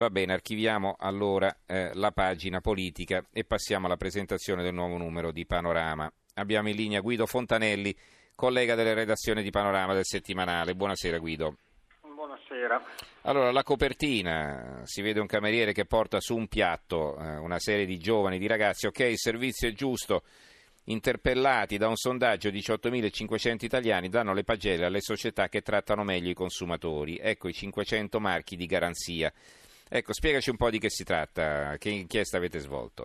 Va bene, archiviamo allora la pagina politica e passiamo alla presentazione del nuovo numero di Panorama. Abbiamo in linea Guido Fontanelli, collega delle redazioni di Panorama del settimanale. Buonasera Guido. Buonasera. Allora, la copertina, si vede un cameriere che porta su un piatto una serie di giovani, di ragazzi. Ok, il servizio è giusto. Interpellati da un sondaggio, 18.500 italiani danno le pagelle alle società che trattano meglio i consumatori. Ecco i 500 marchi di garanzia. Ecco, spiegaci un po' di che si tratta, che inchiesta avete svolto.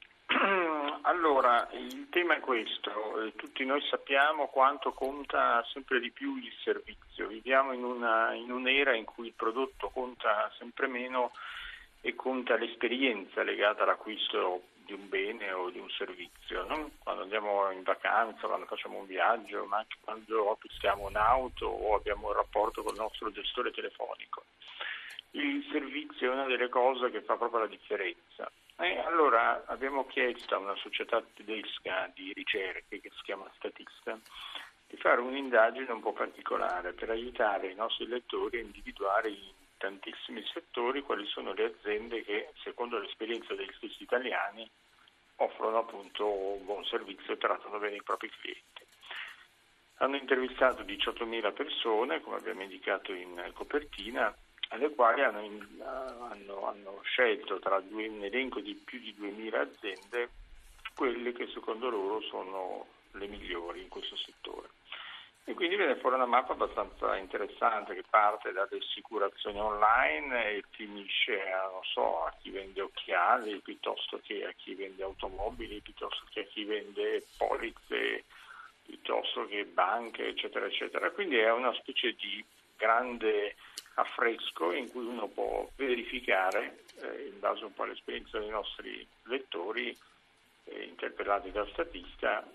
Allora, il tema è questo, tutti noi sappiamo quanto conta sempre di più il servizio, viviamo in un'era in cui il prodotto conta sempre meno e conta l'esperienza legata all'acquisto di un bene o di un servizio, no? Quando andiamo in vacanza, quando facciamo un viaggio, ma anche quando acquistiamo un'auto o abbiamo un rapporto con il nostro gestore telefonico. Il servizio è una delle cose che fa proprio la differenza. Allora abbiamo chiesto a una società tedesca di ricerche che si chiama Statista di fare un'indagine un po' particolare per aiutare i nostri lettori a individuare in tantissimi settori quali sono le aziende che, secondo l'esperienza degli stessi italiani, offrono appunto un buon servizio e trattano bene i propri clienti. Hanno intervistato 18.000 persone, come abbiamo indicato in copertina, alle quali hanno scelto tra un elenco di più di 2.000 aziende quelle che secondo loro sono le migliori in questo settore. E quindi viene fuori una mappa abbastanza interessante che parte dalle assicurazioni online e finisce a chi vende occhiali, piuttosto che a chi vende automobili, piuttosto che a chi vende polizze, piuttosto che banche, eccetera, eccetera. Quindi è una specie di grande affresco in cui uno può verificare, in base un po' all'esperienza dei nostri lettori interpellati dal statista,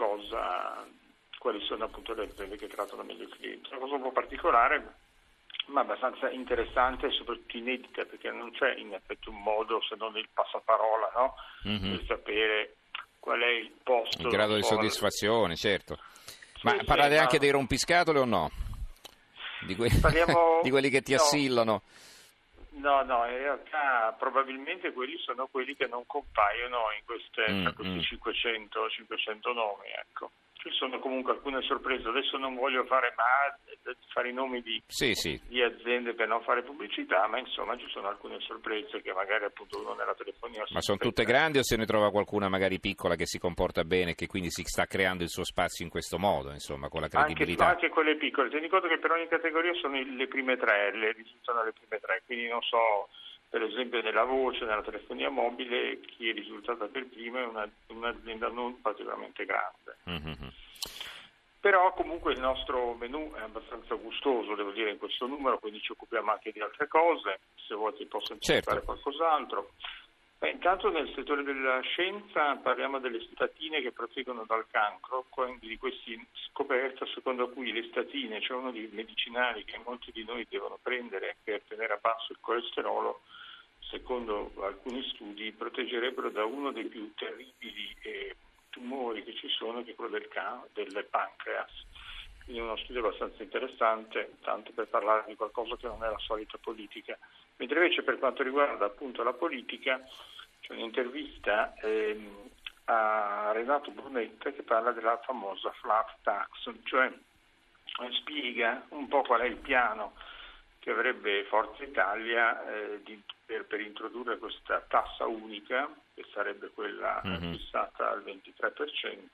quali sono appunto le aziende che trattano meglio il cliente. Una cosa un po' particolare, ma abbastanza interessante e soprattutto inedita, perché non c'è in effetti un modo, se non il passaparola, no? Per sapere qual è il posto. Il grado di soddisfazione, certo. Ma Sì, parlate anche dei rompiscatole o no? Di quelli che ti assillano? No, in realtà probabilmente quelli sono quelli che non compaiono in questi 500 nomi, ecco. Ci sono comunque alcune sorprese, adesso non voglio fare i nomi di aziende per non fare pubblicità, ma insomma ci sono alcune sorprese che magari appunto uno nella telefonia... Ma sono tutte grandi o se ne trova qualcuna magari piccola che si comporta bene e che quindi si sta creando il suo spazio in questo modo, insomma, con la credibilità? Anche quelle piccole, tieni conto che per ogni categoria sono le prime tre, risultano le prime tre, quindi non so... Per esempio nella voce, nella telefonia mobile, chi è risultata per prima è un'azienda non particolarmente grande. Mm-hmm. Però comunque il nostro menù è abbastanza gustoso, devo dire, in questo numero, quindi ci occupiamo anche di altre cose, se vuoi ti posso anticipare qualcos'altro. Intanto nel settore della scienza parliamo delle statine che proteggono dal cancro, quindi di questa scoperta secondo cui le statine, cioè uno dei medicinali che molti di noi devono prendere per tenere a basso il colesterolo, secondo alcuni studi proteggerebbero da uno dei più terribili tumori che ci sono, che è quello del pancreas. Quindi uno studio abbastanza interessante, tanto per parlare di qualcosa che non è la solita politica. Mentre invece per quanto riguarda appunto la politica, c'è un'intervista a Renato Brunetta che parla della famosa flat tax, cioè spiega un po' qual è il piano che avrebbe Forza Italia per introdurre questa tassa unica, che sarebbe quella fissata al 23%,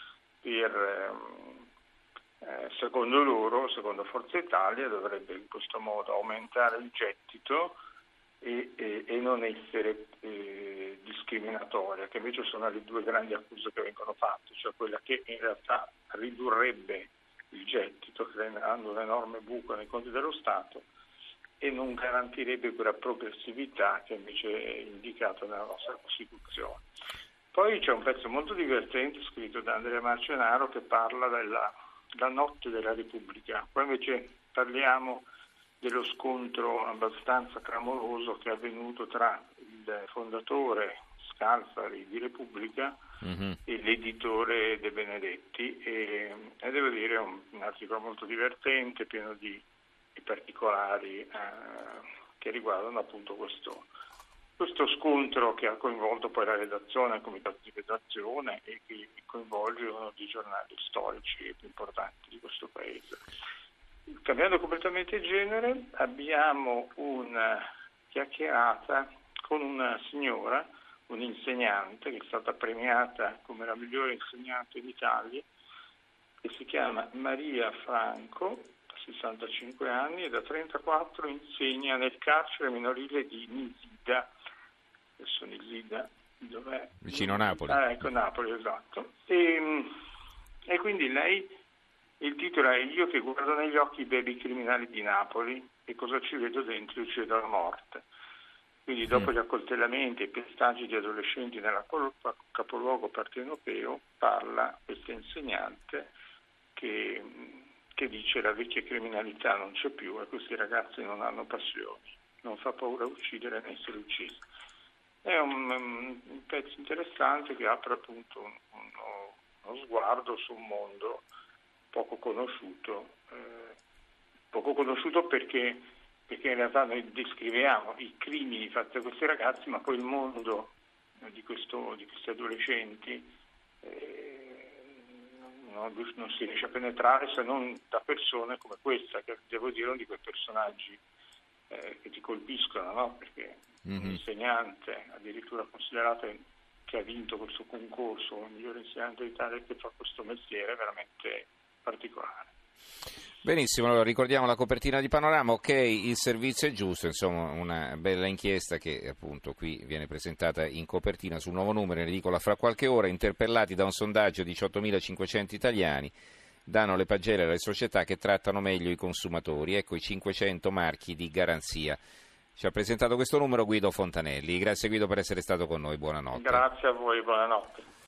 secondo Forza Italia, dovrebbe in questo modo aumentare il gettito e non essere discriminatoria, che invece sono le due grandi accuse che vengono fatte, cioè quella che in realtà ridurrebbe il gettito creando un enorme buco nei conti dello Stato e non garantirebbe quella progressività che invece è indicata nella nostra Costituzione. Poi c'è un pezzo molto divertente scritto da Andrea Marcenaro che parla della notte della Repubblica. Poi invece parliamo dello scontro abbastanza clamoroso che è avvenuto tra il fondatore Scalfari di Repubblica e l'editore De Benedetti e devo dire è un articolo molto divertente, pieno di particolari che riguardano appunto questo scontro che ha coinvolto poi la redazione, il comitato di redazione e che coinvolge uno dei giornali storici più importanti di questo paese. Cambiando completamente genere, abbiamo una chiacchierata con una signora, un'insegnante che è stata premiata come la migliore insegnante d'Italia, che si chiama Maria Franco, 65 anni, e da 34 insegna nel carcere minorile di Nisida. Adesso Nisida dov'è? Vicino Napoli. Ecco, Napoli, esatto. E quindi lei, il titolo è "Io che guardo negli occhi i baby criminali di Napoli e cosa ci vedo dentro, io ci vedo la morte". Quindi dopo gli accoltellamenti e i pestaggi di adolescenti nella capoluogo partenopeo, parla questa insegnante che dice la vecchia criminalità non c'è più e questi ragazzi non hanno passioni, non fa paura uccidere né essere uccisi. È un pezzo interessante che apre appunto uno sguardo su un mondo poco conosciuto perché in realtà noi descriviamo i crimini fatti da questi ragazzi, ma poi il mondo di questi adolescenti non si riesce a penetrare se non da persone come questa, che devo dire uno di quei personaggi che ti colpiscono, no? Perché un insegnante, addirittura considerato che ha vinto questo concorso, il migliore insegnante d'Italia, che fa questo mestiere veramente particolare. Benissimo, allora ricordiamo la copertina di Panorama. Ok, il servizio è giusto, insomma una bella inchiesta che appunto qui viene presentata in copertina sul Nuovo Numero, in edicola fra qualche ora. Interpellati da un sondaggio 18.500 italiani, danno le pagelle alle società che trattano meglio i consumatori. Ecco i 500 marchi di garanzia. Ci ha presentato questo numero Guido Fontanelli. Grazie Guido per essere stato con noi, buonanotte. Grazie a voi, buonanotte.